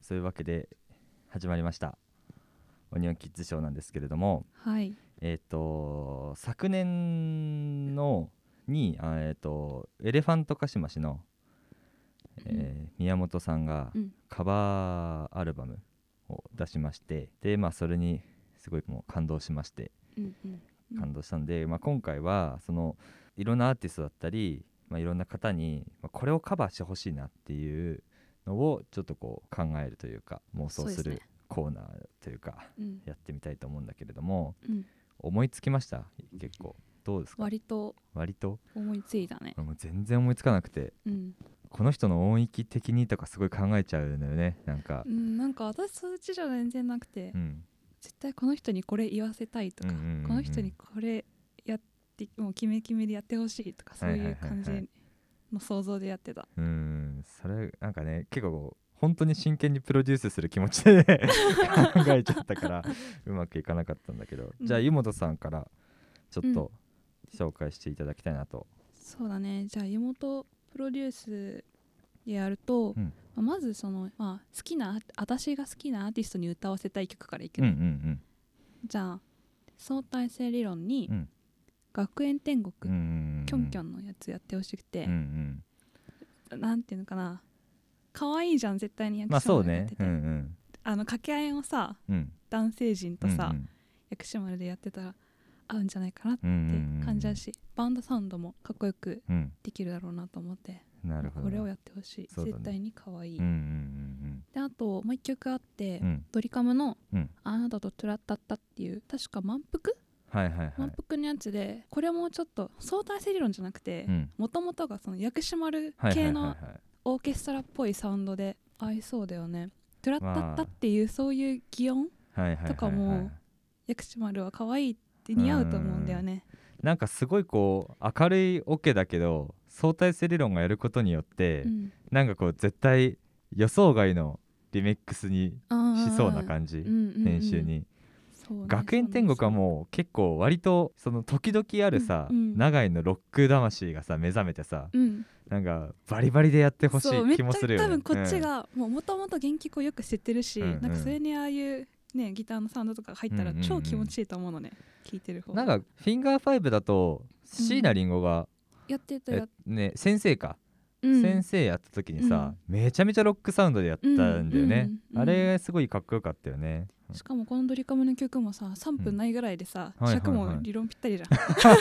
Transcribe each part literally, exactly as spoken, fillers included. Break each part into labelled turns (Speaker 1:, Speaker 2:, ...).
Speaker 1: そういうわけで始まりましたオニオンキッズショーなんですけれども、
Speaker 2: はい、
Speaker 1: えっ、と昨年のにあえっ、とエレファントカシマシの、えー宮本さんが
Speaker 2: うん
Speaker 1: カバーアルバムを出しまして、でまあそれにすごいもう感動しまして
Speaker 2: うんうんうん、
Speaker 1: 感動したんで、まあ、今回はそのいろんなアーティストだったり、まあ、いろんな方に、まあ、これをカバーしてほしいなっていうのをちょっとこう考えるというか妄想する
Speaker 2: そうですね
Speaker 1: コーナーというか
Speaker 2: うん
Speaker 1: やってみたいと思うんだけれども、
Speaker 2: うん、
Speaker 1: 思いつきました？結構どうですか？
Speaker 2: 割と
Speaker 1: 割と
Speaker 2: 思いついたね。
Speaker 1: もう全然思いつかなくて、
Speaker 2: うん、
Speaker 1: この人の音域的にとかすごい考えちゃうんだよね。なんか、
Speaker 2: うん、なんか私そっちじゃ全然なくて、
Speaker 1: うん、
Speaker 2: 絶対この人にこれ言わせたいとか、
Speaker 1: うんうんうんうん、
Speaker 2: この人にこれやってもう決め決めでやってほしいとか、そういう感じの想像でやってた。
Speaker 1: うーん、それなんかね結構本当に真剣にプロデュースする気持ちで考えちゃったからうまくいかなかったんだけど、
Speaker 2: うん、
Speaker 1: じゃあ湯本さんからちょっと紹介していただきたいなと、
Speaker 2: うん、そうだね。じゃあ湯本プロデュースでやると、
Speaker 1: うん、
Speaker 2: まあ、まずその、まあ、好きな私が好きなアーティストに歌わせたい曲からいく
Speaker 1: うんう
Speaker 2: ね、
Speaker 1: ん
Speaker 2: じゃあ相対性理論に、
Speaker 1: うんうん
Speaker 2: 学園天国、
Speaker 1: うんうん
Speaker 2: キョンキョンのやつやってほしくて、
Speaker 1: うんうん、
Speaker 2: なんていうのかな、可愛いじゃん絶対に
Speaker 1: まあ
Speaker 2: 薬師
Speaker 1: そうね、
Speaker 2: 丸でやってて、
Speaker 1: うんうん
Speaker 2: あの掛け合いをさ
Speaker 1: うん
Speaker 2: 男性陣とさ、
Speaker 1: うんうん
Speaker 2: 薬師丸でやってたら合うんじゃないかなって
Speaker 1: うんうんうん
Speaker 2: 感じだし、バンドサウンドもかっこよく
Speaker 1: うん
Speaker 2: できるだろうなと思って、
Speaker 1: なるほど、
Speaker 2: これをやってほしい、
Speaker 1: そうだね、
Speaker 2: 絶対に可愛い、
Speaker 1: うんうん
Speaker 2: であともう一曲あって、
Speaker 1: うんうん
Speaker 2: ドリカムの
Speaker 1: うん
Speaker 2: あなたとトゥラッタッタっていう確か満腹
Speaker 1: はいはいはい
Speaker 2: 満腹のやつで、これもちょっと相対性理論じゃなくて
Speaker 1: うん
Speaker 2: もともとがその薬師丸
Speaker 1: はいはい
Speaker 2: 系の
Speaker 1: はいはい
Speaker 2: オーケストラっぽいサウンドで合いそうだよね。トゥラッタッタっていうそういう擬音
Speaker 1: はいはいはいはい
Speaker 2: とかも薬師丸は可愛いって似合うと思うんだよね。
Speaker 1: なんかすごいこう明るいオケだけど相対性理論がやることによって、
Speaker 2: うん、
Speaker 1: なんかこう絶対予想外のリミックスにしそうな感じ、
Speaker 2: うんうんうん、
Speaker 1: 編集に、
Speaker 2: そうね、
Speaker 1: 学園天国はもう結構割とその時々あるさ、
Speaker 2: うんうん、
Speaker 1: 長井のロック魂がさ目覚めてさ、
Speaker 2: うん、
Speaker 1: なんかバリバリでやってほしい気もするよね。
Speaker 2: めっちゃ多分こっちがもともと原曲をよく知ってるし、
Speaker 1: うんうん、
Speaker 2: なんかそれにああいうねギターのサウンドとか入ったら超気持ちいいと思うのね、聴、うん、いてる方
Speaker 1: なんかフィンガーファイブだと椎名林檎が、
Speaker 2: うん、やってたや
Speaker 1: ね、先生か、うん、先生やった時にさ、うん、めちゃめちゃロックサウンドでやったんだよね、うんうんうん、あれすごいかっこよかったよね。
Speaker 2: しかもこのドリカムの曲もささんぷんないぐらいでさ、うん、尺も理論ぴったりじゃん、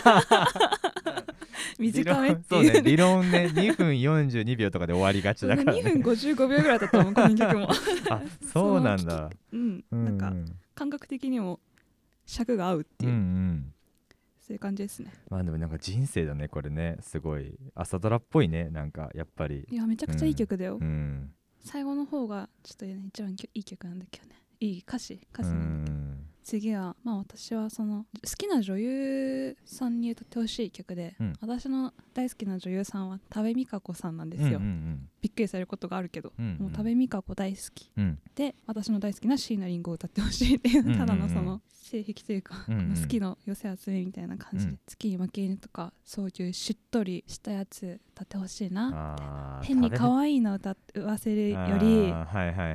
Speaker 2: 短めっていう、ね、
Speaker 1: そうね、理論ねにふんよんじゅうにびょうとかで終わりがちだから、ね、
Speaker 2: にふんごじゅうごびょうぐらいだったもんこの曲も
Speaker 1: あ、そうなんだ
Speaker 2: うん、うん、なんか感覚的にも尺が合うっていう、うんうん、そういう感じですね。
Speaker 1: まあでもなんか人生だねこれね、すごい朝ドラっぽいね、なんかやっぱり
Speaker 2: いやめちゃくちゃいい曲だよ、
Speaker 1: うんうん、
Speaker 2: 最後の方がちょっと、ね、一番いい曲なんだけどね、いい歌詞歌詞なんだけど、次はまあ私はその好きな女優さんに歌ってほしい曲で、うん、私の大好きな女優さんは多部未華子さんなんですよ、うんうんうん、びっくりされることがあるけど、うんうん、もう多部未華子大好き、うん、で私の大好きな椎名林檎を歌ってほしいっていう、うんうんうん、ただのその性癖というか、うんうん、好きの寄せ集めみたいな感じで、うん、月に負け犬とかそういうしっとりしたやつ歌ってほしいな。変に可愛いの歌わせるより、はいはいはいはい、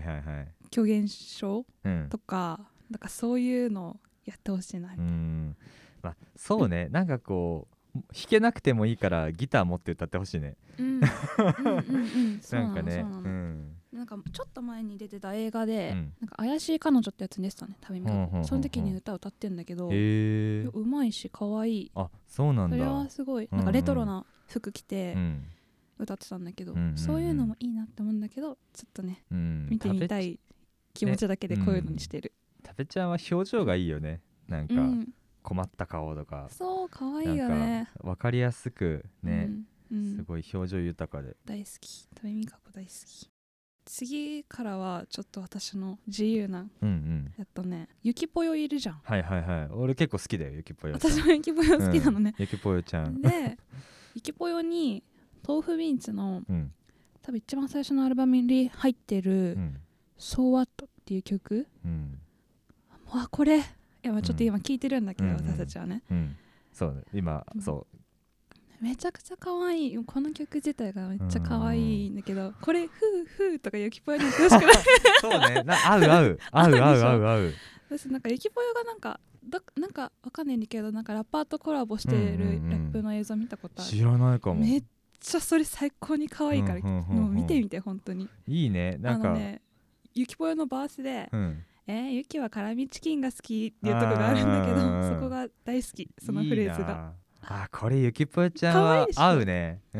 Speaker 2: 狂言症、うん、とかなんかそういうのをやってほしいなみたいな。うん、
Speaker 1: まあ、そうね、うん、なんかこう弾けなくてもいいからギター持って歌ってほしいね。うんうんうんうんなんかね、うん、
Speaker 2: なんかちょっと前に出てた映画で、うん、なんか怪しい彼女ってやつに出てたね、多分その時に歌歌ってんだけど、へうまいし可愛い。
Speaker 1: あ、そうなんだ。
Speaker 2: それはすごいなんかレトロな服着て歌ってたんだけど、うんうんうん、そういうのもいいなって思うんだけど、ちょっとね、うん、見てみたい気持ちだけでこういうのにしてる。
Speaker 1: タベちゃんは表情がいいよね、なんか困った顔とか、
Speaker 2: うん、そう可愛いよね、
Speaker 1: 分かりやすくね、
Speaker 2: うんうん、
Speaker 1: すごい表情豊かで
Speaker 2: 大好き、多部未華子大好き。次からはちょっと私の自由な、うんうん、やっとね、ゆきぽよいるじゃん。
Speaker 1: はいはいはい、俺結構好きだよゆきぽよ。
Speaker 2: 私もゆきぽよ好きなのね、
Speaker 1: うん、ゆきぽよちゃん
Speaker 2: でゆきぽよに豆腐ビーンズの、うん、多分一番最初のアルバムに入ってる、うん、So What っていう曲、うん、わこれいやちょっと今聴いてるんだけど、うん、私たちはね、
Speaker 1: うんうん、そうね今、うん、そ
Speaker 2: めちゃくちゃ可愛い。この曲自体がめっちゃ可愛いんだけど、これフーフーとかゆきぽよに言ってほしくない
Speaker 1: そうね、な合う合う合う合う合う合う。
Speaker 2: 私なんかゆきぽよがなんかだなんかわかんないんだけど、なんかラッパーとコラボしてるラップの映像見たことある、
Speaker 1: 知らないかも。
Speaker 2: めっちゃそれ最高に可愛いから、
Speaker 1: うんうんうんうん、
Speaker 2: もう見てみて本当に
Speaker 1: いいね。なんか
Speaker 2: あのね、ゆきぽよのバースで、
Speaker 1: うん、
Speaker 2: えー、ゆきは辛味チキンが好きっていうところがあるんだけど、そこが大好き、そのフレーズが。
Speaker 1: いいなあ。これゆきぽよちゃんは合うね。うん、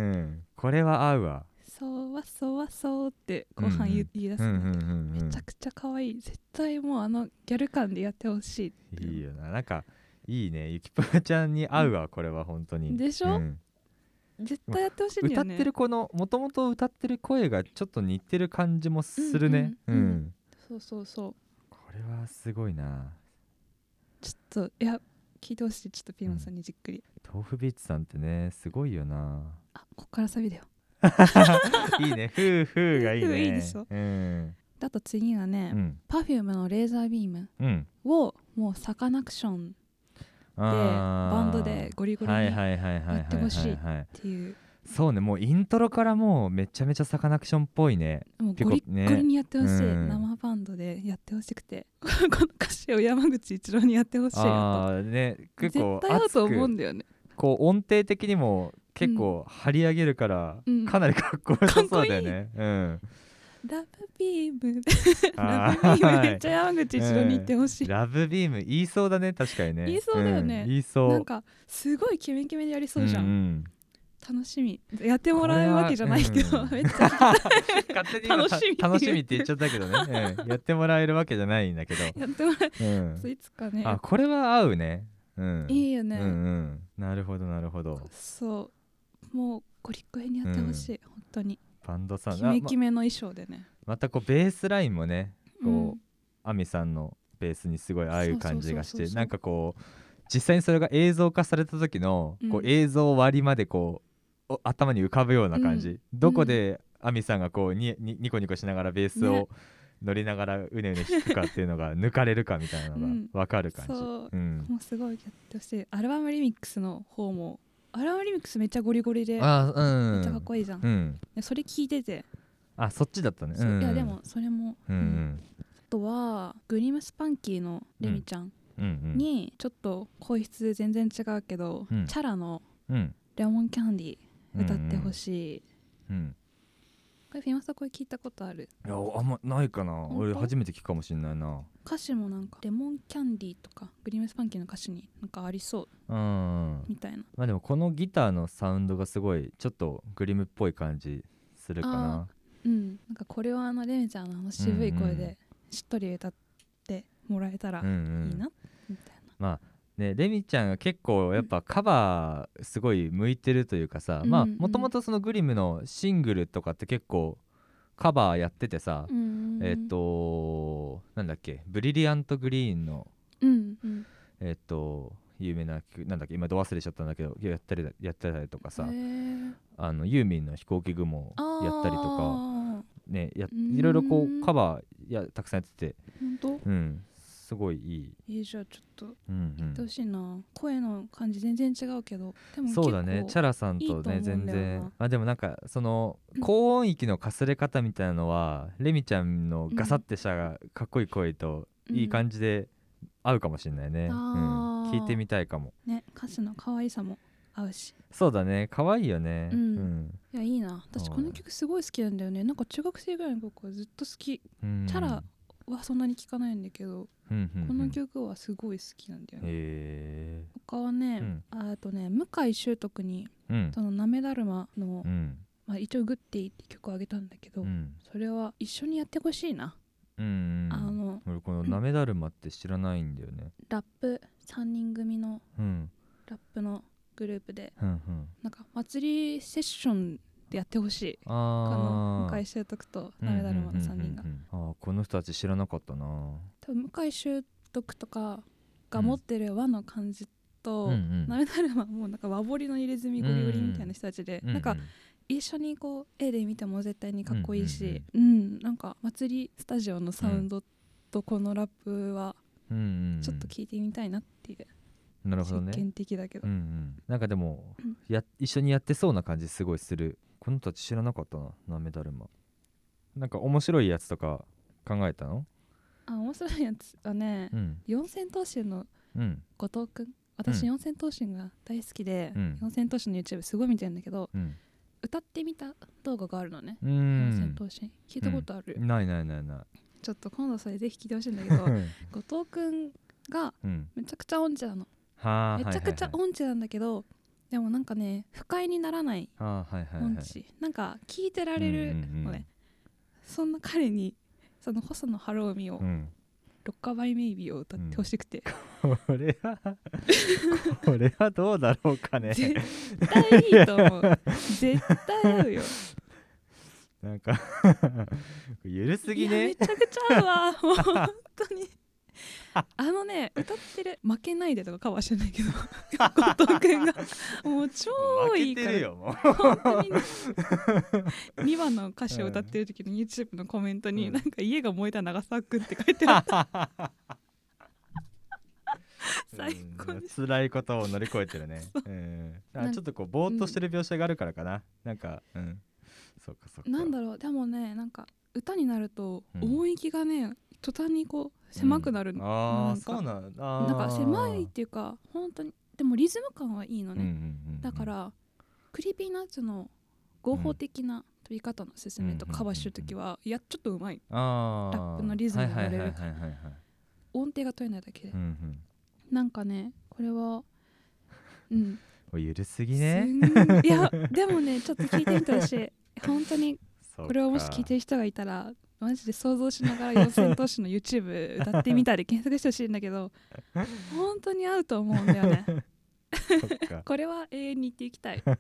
Speaker 1: これは合うわ。
Speaker 2: そうはそうはそうって後半言い出すんだけど、めちゃくちゃ可愛い。絶対もうあのギャル感でやってほしい。
Speaker 1: いいよな。なんかいいね、ゆきぽよちゃんに合うわ、うん、これは本当に。
Speaker 2: でしょ、うん、絶対やってほしいんだよね。
Speaker 1: 歌ってるこのもともと歌ってる声がちょっと似てる感じもするね。うん、うんうん、
Speaker 2: そうそうそう。
Speaker 1: これはすごいな。
Speaker 2: ちょっといや聞いてほしい。ちょっとピーマンさんにじっくり、
Speaker 1: うん、豆腐ビーツさんってねすごいよな。
Speaker 2: あ、こっからサビだよ
Speaker 1: いいね、フーフーがいいね。
Speaker 2: いいでしょ、うん、あと次はね、うん、Perfume のレーザービームをもうサカナクションでバンドでゴリゴリにやってほしいっていう。
Speaker 1: そうね、もうイントロからもうめちゃめちゃサカナクションっぽいね。
Speaker 2: もうゴリッゴリにやってほしい、うん、生バンドでやってほしくてこの歌詞を山口一郎にやってほしいよと。
Speaker 1: あ、ね、結構
Speaker 2: 絶対合うと思うんだよね。
Speaker 1: こう音程的にも結構張り上げるから、うん、かなりかっこよさそうだよね。うん、
Speaker 2: ラブビームラブビームめっちゃ山口一郎に言ってほしい、
Speaker 1: うん、ラブビーム言いそうだね。確かにね
Speaker 2: 言いそうだよね、
Speaker 1: うん、言いそう。
Speaker 2: なんかすごいキメキメでやりそうじゃん、うんうん、楽しみ。やってもらうわけじゃないけど、めっちゃ
Speaker 1: 勝手に楽しみ楽しみって言っちゃったけどね、うん、やってもらえるわけじゃないんだけど
Speaker 2: やってもらえる、うん、いつかね。
Speaker 1: あ、これは合うね、うん、
Speaker 2: いいよね、
Speaker 1: うんうん、なるほどなるほど。
Speaker 2: そうもうゴリッゴリにやってほしい、うん、本当に
Speaker 1: バンドさん
Speaker 2: キメキメの衣装でね。
Speaker 1: ま, またこうベースラインもねこう、うん、アミさんのベースにすごい合う感じがして、なんかこう実際にそれが映像化された時の、うん、こう映像割りまでこう頭に浮かぶような感じ、うん、どこでアミさんがこうににニコニコしながらベースを乗りながらうねうね弾くかっていうのが抜かれるかみたいなのが分かる感じ、うん、
Speaker 2: そう、うん、もうすごいやってほしい。アルバムリミックスの方もアルバムリミックスめっちゃゴリゴリで、あ、うん、めっちゃかっこいいじゃん、うん、それ聞いてて、
Speaker 1: あ、そっちだったね、
Speaker 2: うん、いやでもそれも、うんうん、あとはグリムスパンキーのレミちゃんにちょっと声質全然違うけど、うん、チャラのレモンキャンディー歌ってほしい、うんうん、これフィマサこれ聞いたことある？
Speaker 1: いやあんまないかな。俺初めて聞くかもしれないな。
Speaker 2: 歌詞もなんかレモンキャンディーとかグリムスパンキーの歌詞になんかありそうみたいな。
Speaker 1: まあでもこのギターのサウンドがすごいちょっとグリムっぽい感じするかな。
Speaker 2: うん、なんかこれはあのレミちゃんのあの渋い声でしっとり歌ってもらえたらいいな、うんうん、みたいな。
Speaker 1: まあね、レミちゃんが結構やっぱカバーすごい向いてるというかさ、うん、まあもともとそのグリムのシングルとかって結構カバーやっててさ、うん、えっ、ー、となんだっけブリリアントグリーンの、うんうん、えっ、ー、と有名な曲なんだっけ今ど忘れちゃったんだけどやったりやってたりとかさ、あのユーミンの飛行機雲やったりとかね、やいろいろこうカバーやたくさんやってて、
Speaker 2: 本当、
Speaker 1: うん、すごいいい。
Speaker 2: えー、じゃあちょっと言ってほしいな、うんうん、声の感じ全然違うけどでも
Speaker 1: そうだね、チャラさんとね全然あでもなんかその高音域のかすれ方みたいなのは、うん、レミちゃんのガサッてしたかっこいい声といい感じで合うかもしれないね、うんうん、聞いてみたいかもね。
Speaker 2: 歌詞の可愛さも合うし。
Speaker 1: そうだね、可愛いよね、うん
Speaker 2: うん、いやいいな。私この曲すごい好きなんだよね。なんか中学生ぐらいの僕はずっと好き、うん、チャラはそんなに聞かないんだけど、うんうんうん、この曲はすごい好きなんだよね。へー。他はね、うん、あとね向井秀徳に、うん、そのなめだるまの、うんまあ、一応グッディって曲をあげたんだけど、うん、それは一緒にやってほしいな。うん、あの
Speaker 1: 俺このなめだるまって知らないんだよね。
Speaker 2: ラップさんにん組の、うん、ラップのグループで、うんうん、なんか祭りセッションでやってほしい。この向井秀徳となめだるまのさんにんが、
Speaker 1: あこの人たち知らなかったな。
Speaker 2: 多分向井秀徳とかが持ってる和の感じと、うん、なめだるまもなんか和彫りの入れ墨ゴリゴリみたいな人たちで、うんうん、なんか一緒にこう絵で見ても絶対にかっこいいし、うん、うんうん、なんか祭りスタジオのサウンドとこのラップはちょっと聞いてみたいなっていう、
Speaker 1: なるほどね。
Speaker 2: 実験的だけど、
Speaker 1: うんうん、なんかでも、
Speaker 2: うん、
Speaker 1: や一緒にやってそうな感じすごいする。この人たち知らなかったな、なめだるま。なんか面白いやつとか考えたの？
Speaker 2: あ、面白いやつはね、うん、四千頭身の後藤くん、私、うん、四千頭身が大好きで、うん、四千頭身の YouTube すごい見てるんだけど、うん、歌ってみた動画があるのね。四千頭身聞いたことある？
Speaker 1: うん、ないないないない。
Speaker 2: ちょっと今度それぜひ聞いてほしいんだけど後藤くんがめちゃくちゃ音痴なの、うん、めちゃくちゃ音痴なんだけど、はいはいはい、でもなんかね不快にならない音痴、はいはいはい、なんか聞いてられるのね、うんうんうん、そんな彼にその細野晴臣を、うん、ロッカーバイメイビーを歌ってほしくて、
Speaker 1: うん、これはこれはどうだろうかね。
Speaker 2: 絶対いいと思う絶対合うよ。
Speaker 1: なんかゆるすぎね。
Speaker 2: いやめちゃくちゃ合うわもう本当にあのね歌ってる負けないでとかカバーしてないけど後藤くんがもう超いいから負けてるよもう本当に、ね、にばんの歌詞を歌ってる時の YouTube のコメントに、うん、なんか家が燃えた長澤くんって書いてあった最高です。
Speaker 1: 辛いことを乗り越えてるね、うん、あちょっとこうぼーっとしてる描写があるからかな、うん、なんかうんそうかそうか。
Speaker 2: なんだろう、でもねなんか歌になると音域がね、うん、途端にこう狭くなる、うん、
Speaker 1: ああそうなんだ。
Speaker 2: なんか狭いっていうか本当にでもリズム感はいいのね、うんうんうんうん、だからクリーピーナッツの合法的な飛び方の進めとかカバーしてるときは、うん、いやちょっとうまい、ラップのリズムに乗れるから音程が取れないだけで、うんうん、なんかねこれはうん
Speaker 1: ゆるすぎね。
Speaker 2: いやでもねちょっと聞いてみてほしい本当にこれをもし聞いてる人がいたらマジで想像しながら四千頭身の YouTube 歌ってみたり検索してほしいんだけど本当に合うと思うんだよねこれは永遠に言っていきたい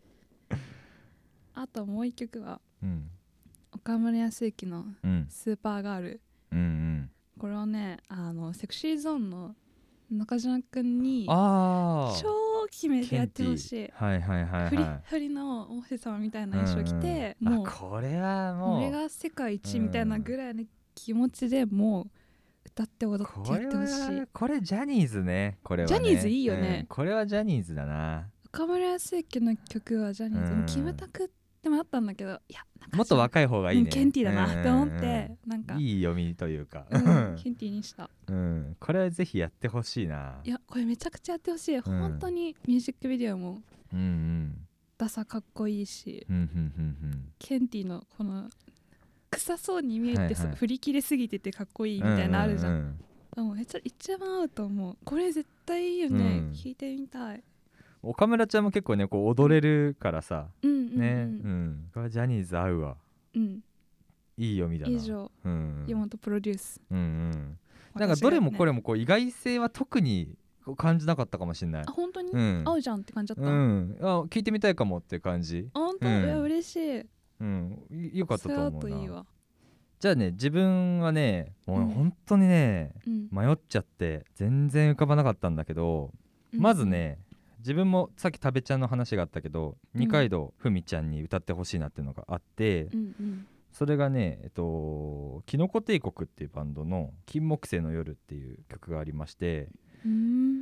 Speaker 2: あともう一曲は、うん、岡村康之のスーパーガール、うんうんうん、これはねあのセクシーゾーンの中島くんに超決めてやってほしい。
Speaker 1: はいはいはいはい、
Speaker 2: フリフリの王子様みたいな衣装着て、
Speaker 1: うんうん、もうこれはもう
Speaker 2: 俺が世界一みたいなぐらいの気持ちでもう歌って踊ってやってほしい。
Speaker 1: これジャニーズね、これはね。
Speaker 2: ジャニーズいいよね、
Speaker 1: うん、これはジャニーズだな。
Speaker 2: 岡村康之の曲はジャニーズ、うん、キムタクでもあったんだけど、いや
Speaker 1: もっと若い方がいいね、うん、
Speaker 2: ケンティーだなって思って、うんうん、なんか
Speaker 1: いい読みというか、
Speaker 2: うん、ケンティーにした、
Speaker 1: うん、これはぜひやってほしいな。
Speaker 2: いやこれめちゃくちゃやってほしい、うん、本当にミュージックビデオも、うんうん、ダサかっこいいし、うんうんうんうん、ケンティーのこの臭そうに見えて、はいはい、振り切れすぎててかっこいいみたいなのあるじゃん、うんうんうん、でもめっちゃ一番合うと思う。これ絶対いいよね、うん、聞いてみたい。
Speaker 1: 岡村ちゃんも結構ねこう踊れるからさ、うんうんうん、ね、うん、これはジャニーズ合うわ、うん、いい読みだな。
Speaker 2: 以上、うん、山本プロデュース、うんうん、
Speaker 1: なんかどれもこれもこう意外性は特に感じなかったかもしれない。
Speaker 2: あ本当に、うん、合うじゃんって感じだった、
Speaker 1: うん、あ聞いてみたいかもって感じ。
Speaker 2: 本当、うん、いや嬉しい、
Speaker 1: うん、よかったと思うな。いいわ。じゃあね自分はねもう本当にね、うん、迷っちゃって全然浮かばなかったんだけど、うん、まずね自分もさっき食べちゃんの話があったけど、うん、二階堂ふみちゃんに歌ってほしいなっていうのがあって、うんうん、それがねえっとキノコ帝国っていうバンドの金木犀の夜っていう曲がありまして、うん、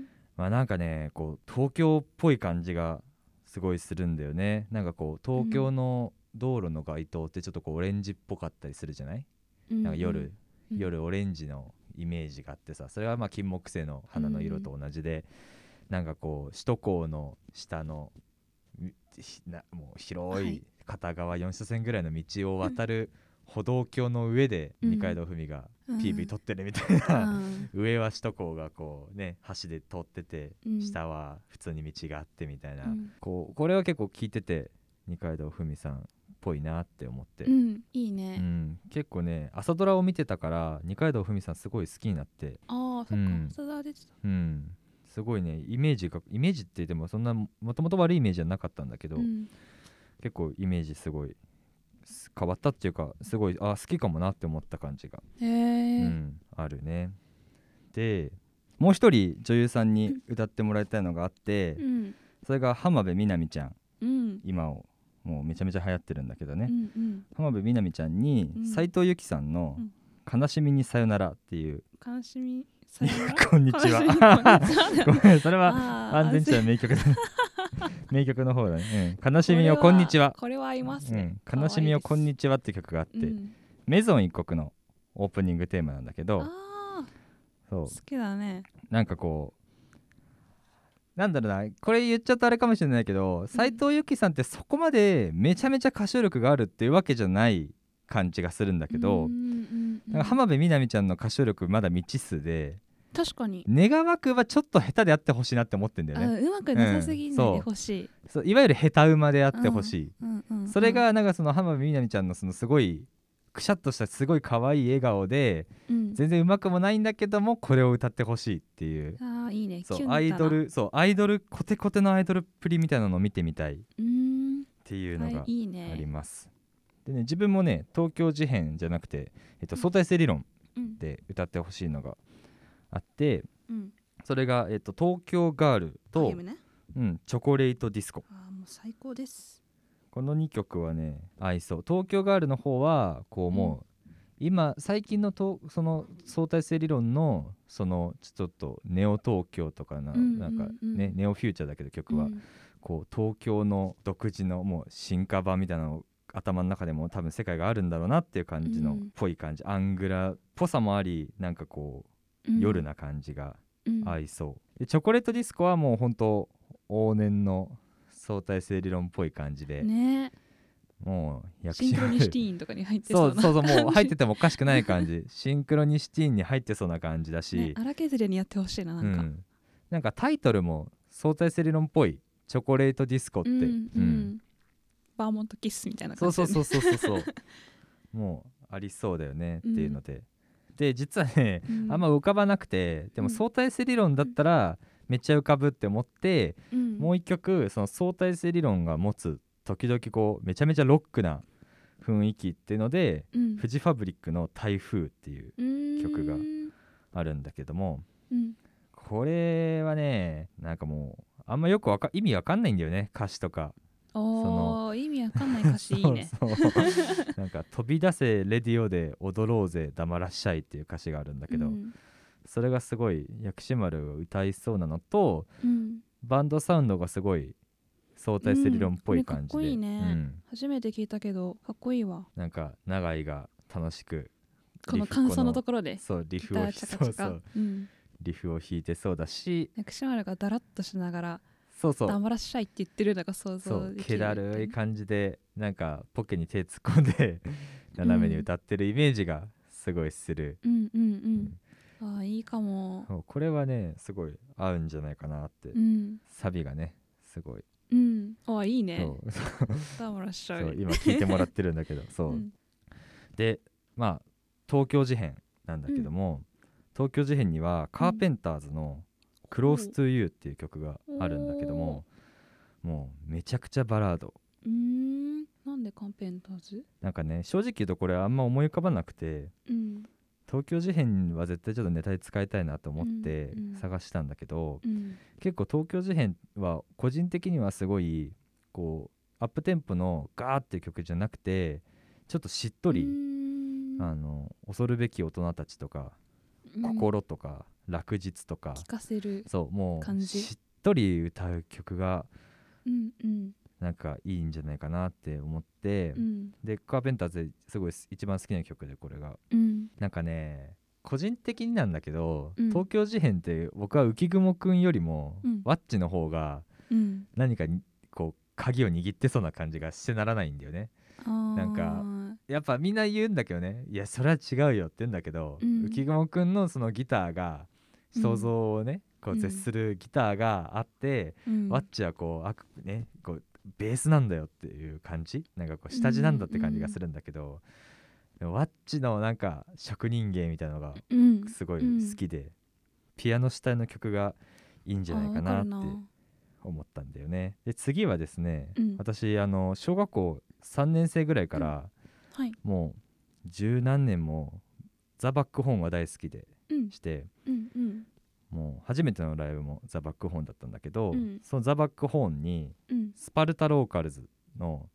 Speaker 1: まあなんかねこう東京っぽい感じがすごいするんだよね。なんかこう東京の道路の街灯ってちょっとこうオレンジっぽかったりするじゃない、うん、なんか夜、うん、夜オレンジのイメージがあってさ、それはまあ金木犀の花の色と同じで、うん、なんかこう首都高の下のなもう広い片側よん車線ぐらいの道を渡る歩道橋の上で二階堂ふみが ピーブイ 撮ってるみたいな、うん、上は首都高がこうね橋で通ってて、うん、下は普通に道があってみたいな、うん、こうこれは結構聞いてて二階堂ふみさんっぽいなって思って、
Speaker 2: うん、いいね、
Speaker 1: うん、結構ね朝ドラを見てたから二階堂ふみさんすごい好きになって。
Speaker 2: ああそっか、うん、朝ドラ出てた、
Speaker 1: うん、すごいねイメージがイメージって言ってもそんなもともと悪いイメージはなかったんだけど、うん、結構イメージすごい変わったっていうかすごいあ好きかもなって思った感じが、
Speaker 2: へー、
Speaker 1: うん、あるね。でもう一人女優さんに歌ってもらいたいのがあって、うん、それが浜辺美波ちゃん、うん、今をもうめちゃめちゃ流行ってるんだけどね、うんうん、浜辺美波ちゃんに斉藤由貴さんの悲しみにさよならっていう
Speaker 2: 悲しみさよなら
Speaker 1: こんにちはごめん、それは安全地帯の名曲だ名曲の方だね、うん、悲しみをこんにちは、
Speaker 2: これは合いますね、
Speaker 1: うん、悲しみをこんにちはって曲があって、うん、メゾン一国のオープニングテーマなんだけど、
Speaker 2: あ
Speaker 1: そう
Speaker 2: 好きだね。
Speaker 1: なんかこうなんだろうな、これ言っちゃうとあれかもしれないけど、斉藤由貴さんってそこまでめちゃめちゃ歌唱力があるっていうわけじゃない感じがするんだけど、なんか浜辺美波ちゃんの歌唱力まだ未知数で、
Speaker 2: 確かに
Speaker 1: 願わくはちょっと下手であってほしいなって思ってんだよね。
Speaker 2: うまくなさすぎないでほしい、
Speaker 1: うん、そうそう、いわゆる下手馬であってほしい、
Speaker 2: うんうんうんうん、
Speaker 1: それがなんかその浜辺美波ちゃんのそのすごいくしゃっとしたすごい可愛い笑顔で、うん、全然うまくもないんだけどもこれを歌ってほしいっていう、
Speaker 2: あーいいね、
Speaker 1: そうアイドル、そうアイドルコテコテのアイドルっぷりみたいなのを見てみたいっていうのがあります。でね、自分もね東京事変じゃなくて、えっと、相対性理論で歌ってほしいのがあって、うん、それが、えっと、東京ガールと、ね、うん、チョコレートディスコ。
Speaker 2: あーもう最高です。
Speaker 1: このにきょくはね合いそう。東京ガールの方はこうもう、うん、今最近のとその相対性理論のそのちょっとネオ東京とかな、うんうんうん、なんかねネオフューチャーだけど曲は、うん、こう東京の独自のもう進化版みたいなのを頭の中でも多分世界があるんだろうなっていう感じの、うん、ぽい感じ、アングラっぽさもあり、なんかこう、うん、夜な感じが合いそう、うん、でチョコレートディスコはもう本当往年の相対性理論っぽい感じで、
Speaker 2: ね、
Speaker 1: もう
Speaker 2: 薬師シンクロニシティーンとかに入ってそうな
Speaker 1: そうそうそう、もう入っててもおかしくない感じシンクロニシティーンに入ってそうな感じだし、ね、
Speaker 2: 荒削りにやってほしいな、なんか、うん、
Speaker 1: なんかタイトルも相対性理論っぽい、チョコレートディスコって、うんうん
Speaker 2: うん、バーモントキッスみたいな感じ
Speaker 1: で、ね、そうそうそうそうそうもうありそうだよねっていうので、うん、で実はね、うん、あんま浮かばなくて、でも相対性理論だったらめっちゃ浮かぶって思って、うん、もう一曲その相対性理論が持つ時々こうめちゃめちゃロックな雰囲気っていうので、うん、フジファブリックの台風っていう曲があるんだけども、うん、これはねなんかもうあんまよくわか意味わかんないんだよね、歌詞とか。
Speaker 2: その意味わかんない歌詞いいね
Speaker 1: そうそうなんか飛び出せレディオで踊ろうぜ黙らっしゃいっていう歌詞があるんだけど、うん、それがすごい薬師丸を歌いそうなのと、うん、バンドサウンドがすごい相対性理論っぽい感じで、うん、かっこいいね、うん、
Speaker 2: 初めて聞いたけどかっこいいわ。
Speaker 1: なんか永井が楽しく
Speaker 2: この感想のところで
Speaker 1: そうリフをそうそう、うん、リフを弾いてそうだし、
Speaker 2: 薬師丸がダラッとしながら
Speaker 1: そうそう
Speaker 2: 黙らっしゃいって言ってるのが想像できる。
Speaker 1: 気だるい感じでなんかポッケに手突っ込んで斜めに歌ってるイメージがすごいする、
Speaker 2: うんうんうんうん、ああいいかも。
Speaker 1: これはねすごい合うんじゃないかなって、うん、サビがねすごい、
Speaker 2: うん、あいいね黙らっしゃい、
Speaker 1: そう今聞いてもらってるんだけどそう、うん、でまあ東京事変なんだけども、うん、東京事変にはカーペンターズのクローストゥーユーっていう曲があるんだけども、もうめちゃくちゃバラード。
Speaker 2: うーん、なんでカーペンターズ？
Speaker 1: なんかね正直言うとこれあんま思い浮かばなくて、うん、東京事変は絶対ちょっとネタで使いたいなと思って探したんだけど、うんうん、結構東京事変は個人的にはすごいこうアップテンポのガーっていう曲じゃなくてちょっとしっとり、あの恐るべき大人たちとか、うん、心とか落日とか
Speaker 2: 聞かせる
Speaker 1: そうもうしっとり歌う曲がなんかいいんじゃないかなって思って、うん、でカーペンターズですごい一番好きな曲でこれが、うん、なんかね個人的になんだけど、うん、東京事変って僕は浮雲くんよりも、うん、ワッチの方が何かこう鍵を握ってそうな感じがしてならないんだよね。なんかやっぱみんな言うんだけどね、いやそれは違うよって言うんだけど、うん、浮雲くんのそのギターが想像をね、うん、こう絶するギターがあって、うん、ワッチはこうあくねこうベースなんだよっていう感じ、なんかこう下地なんだって感じがするんだけど、うんうん、でもワッチのなんか職人芸みたいなのがすごい好きで、うん、ピアノ主体の曲がいいんじゃないかなって思ったんだよね。で次はですね、うん、私あの小学校さんねん生ぐらいから、うんはい、もう十何年もザ・バックホーンは大好きでして、うんうんうんもう初めてのライブもザ・バックホーンだったんだけど、うん、そのザ・バックホーンにスパルタローカルズの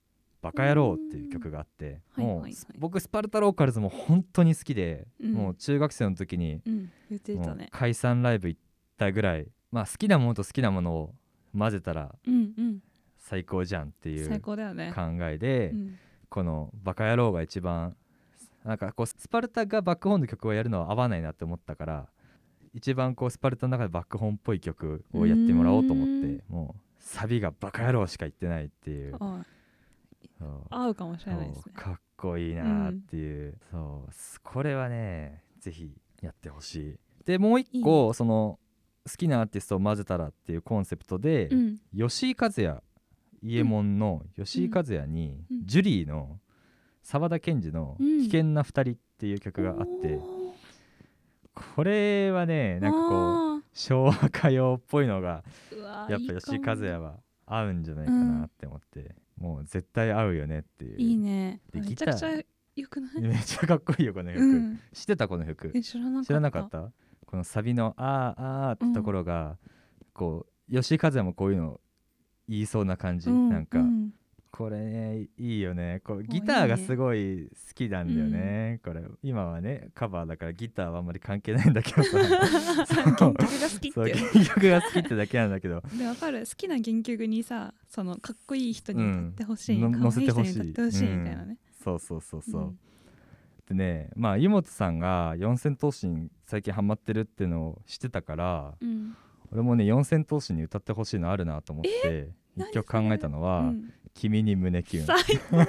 Speaker 1: バカ野郎っていう曲があって、もう僕スパルタローカルズも本当に好きで、うん、もう中学生の時に、うん、言ってたね、解散ライブ行ったぐらい、まあ好きなものと好きなものを混ぜたら最高じゃんっていう考えで、うん、このバカ野郎が一番なんかこうスパルタがバックホーンの曲をやるのは合わないなって思ったから、一番こうスパルタの中でバックホーンっぽい曲をやってもらおうと思って、もうサビがバカ野郎しか言ってないっていう、
Speaker 2: 合うかもしれないですね。
Speaker 1: かっこいいなっていう、うん、そうこれはねぜひやってほしい。でもう一個いいその好きなアーティストを混ぜたらっていうコンセプトで、うん、吉井和也伊右衛門の吉井和也に、うん、ジュリーの沢田研二の危険なふたりっていう曲があって、うん、これはねなんかこう昭和歌謡っぽいのがやっぱ吉井和也は合うんじゃないかなって思って、うん、もう絶対合うよねっていう。
Speaker 2: いいね。めちゃくちゃよくない？
Speaker 1: めっちゃかっこいいよこの曲、うん、知ってたこの曲？
Speaker 2: え知らなかった。
Speaker 1: 知らなかった？このサビのあーあーってところが、うん、こう吉井和也もこういうの言いそうな感じ、うん、なんか、うん、これねいいよね。こうギターがすごい好きなんだよね、うん、これ今はねカバーだからギターはあんまり関係ないんだけどさ
Speaker 2: 原曲が好きって
Speaker 1: そう原曲が好きってだけなんだけど
Speaker 2: で分かる。好きな原曲にさそのかっこいい人に歌ってほしい、うん、かっこいい人に歌ってほしいみたいなね、
Speaker 1: うん、そうそうそうそう、うんでね、まあ湯本さんが四千頭身最近ハマってるっていうのを知ってたから、うん、俺もね四千頭身に歌ってほしいのあるなと思って一曲考えたのは、うん、君に胸キュン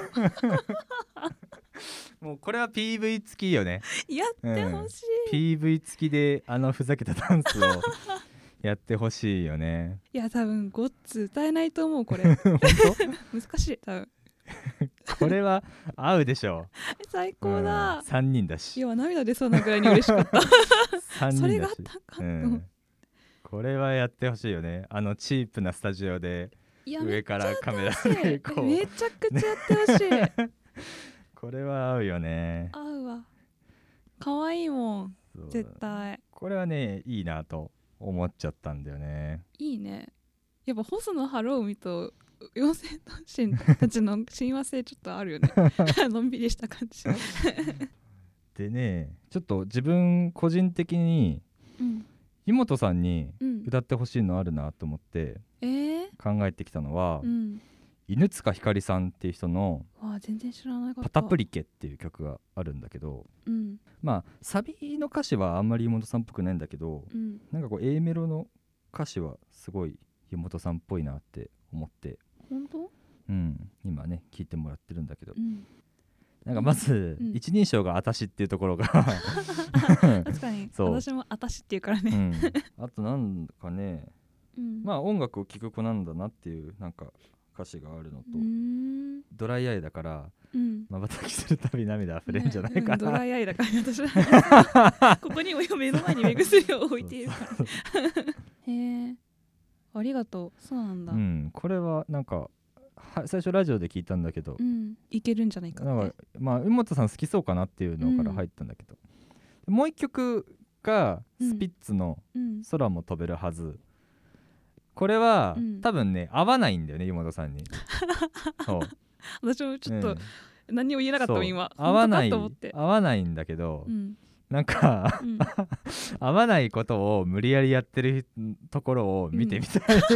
Speaker 1: もうこれは ピーブイ 付きよね。
Speaker 2: やってほしい、
Speaker 1: うん、ピーブイ 付きであのふざけたダンスをやってほしいよね。
Speaker 2: いや多分ゴッツ歌えないと思うこれ本当難しい多分
Speaker 1: これは合うでしょう。
Speaker 2: 最高だ、
Speaker 1: うん、さんにんだし。
Speaker 2: いや涙出そうなくらいに嬉しかった
Speaker 1: さんにんだし
Speaker 2: それがあったかと、うん、
Speaker 1: これはやってほしいよね。あのチープなスタジオで上からカメラでこう
Speaker 2: めちゃくちゃやってほしい
Speaker 1: これは合うよね。
Speaker 2: 合うわ。可愛いもん絶対。
Speaker 1: これはねいいなと思っちゃったんだよね。
Speaker 2: いいね。やっぱ細野晴臣と四千頭身たちの親和性ちょっとあるよねのんびりした感じ
Speaker 1: でねちょっと自分個人的に、うん、湯本さんに歌ってほしいのあるなと思って考えてきたのは、うん、犬塚ひかりさんっていう人の
Speaker 2: 全然知らなかった
Speaker 1: パタプリケっていう曲があるんだけど、うん、まあサビの歌詞はあんまり湯本さんっぽくないんだけど、うん、なんかこう A メロの歌詞はすごい湯本さんっぽいなって思って
Speaker 2: 本当？
Speaker 1: うん、今ね聞いてもらってるんだけど、うん、なんかまず、うん、一人称があたしっていうところが
Speaker 2: 確かに私もあたしっていうからね、
Speaker 1: うん、あとなんかね、うん、まあ音楽を聴く子なんだなっていうなんか歌詞があるのとドライアイだからまばたきするたび涙あふれるんじゃないかな、ねうん、
Speaker 2: ドライアイだから私はここにも目の前に目薬を置いているからへえありがとう。そうなんだ、
Speaker 1: うん、これはなんかは最初ラジオで聞いたんだけど、
Speaker 2: うん、いけるんじゃないかって。なんか
Speaker 1: まあ湯本さん好きそうかなっていうのから入ったんだけど、うん、もう一曲がスピッツの空も飛べるはず、うん、これは、うん、多分ね合わないんだよね湯本さんにそう
Speaker 2: 私もちょっと、うん、何も言えなかったもん今。
Speaker 1: 合わない合わないんだけど、うんなんか、うん、合わないことを無理やりやってるところを見てみたい、うん、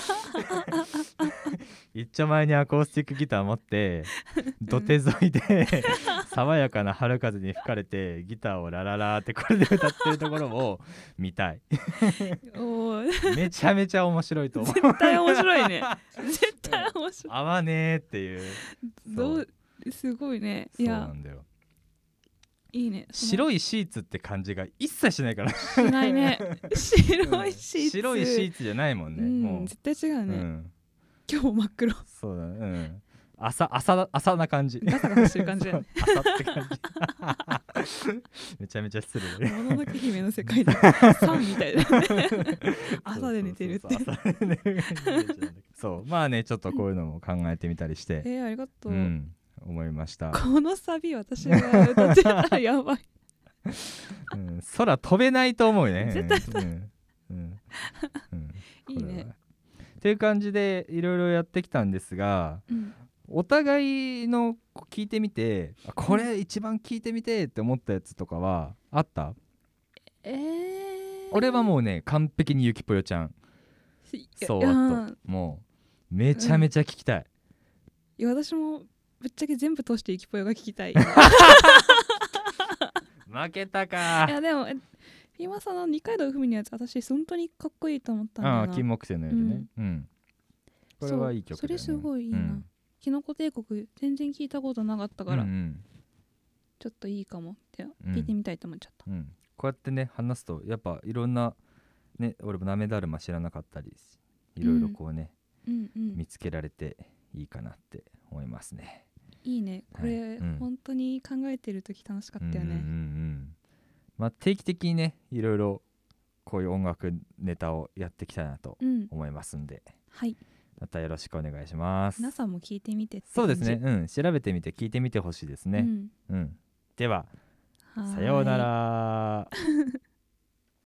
Speaker 1: いっちゃ前にアコースティックギター持って土手沿いで爽やかな春風に吹かれてギターをラララってこれで歌ってるところを見たいおめちゃめちゃ面白いと思う。
Speaker 2: 絶対面白いね絶対面白い。
Speaker 1: 合わねえっていう
Speaker 2: どうすごいね。いやそうなんだよ。いいね。
Speaker 1: 白いシーツって感じが一切しないから
Speaker 2: しないね白いシーツ、うん、
Speaker 1: 白いシーツじゃないもんね、うん、
Speaker 2: もう絶対違うね、うん、今日も真っ黒。
Speaker 1: そうだね、うん、朝朝朝な感じ
Speaker 2: ガサガサしてる感じだね
Speaker 1: 朝って感じめちゃめちゃ失礼。
Speaker 2: もののけ姫の世界でサンみたいな朝で寝てるって
Speaker 1: そうまあねちょっとこういうのも考えてみたりして
Speaker 2: えー、ありがとう、
Speaker 1: うん思いました。
Speaker 2: このサビ私が歌ってたらやばい、
Speaker 1: うん、空飛べないと思うね
Speaker 2: 絶対、うん
Speaker 1: うんうん、
Speaker 2: いいね
Speaker 1: っていう感じでいろいろやってきたんですが、うん、 お互いの聞いてみてこれ一番聞いてみてって思ったやつとかはあった？
Speaker 2: えー、
Speaker 1: 俺はもうね完璧にゆきぽよちゃんそうあともうめちゃめちゃ聞きたい、うん、
Speaker 2: いや私もぶっちゃけ全部通してゆきぽよが聞きたい
Speaker 1: 負けたか。
Speaker 2: いやでもピーマンさんの二階堂ふみのやつ私本当にかっこいいと思ったんだよな。
Speaker 1: ああ金木犀の夜ね、うん、うん、これはいい曲だよね。
Speaker 2: そ, それすごいいいな、うん、キノコ帝国全然聞いたことなかったから、うんうん、ちょっといいかもって聞いてみたいと思っちゃった、
Speaker 1: うんうん、こうやってね話すとやっぱいろんなね俺もなめだるま知らなかったりいろいろこうね、うんうんうん、見つけられていいかなって思いますね。
Speaker 2: いいねこれ、はい、うん、本当に考えてる時楽しかったよね、うんうんうん、
Speaker 1: まあ、定期的にねいろいろこういう音楽ネタをやっていきたいなと思いますんで、うん、はいまたよろしくお願いします。
Speaker 2: 皆さんも聞いてみてって
Speaker 1: そうですね、うん、調べてみて聞いてみてほしいですね、うんうん、ではさようなら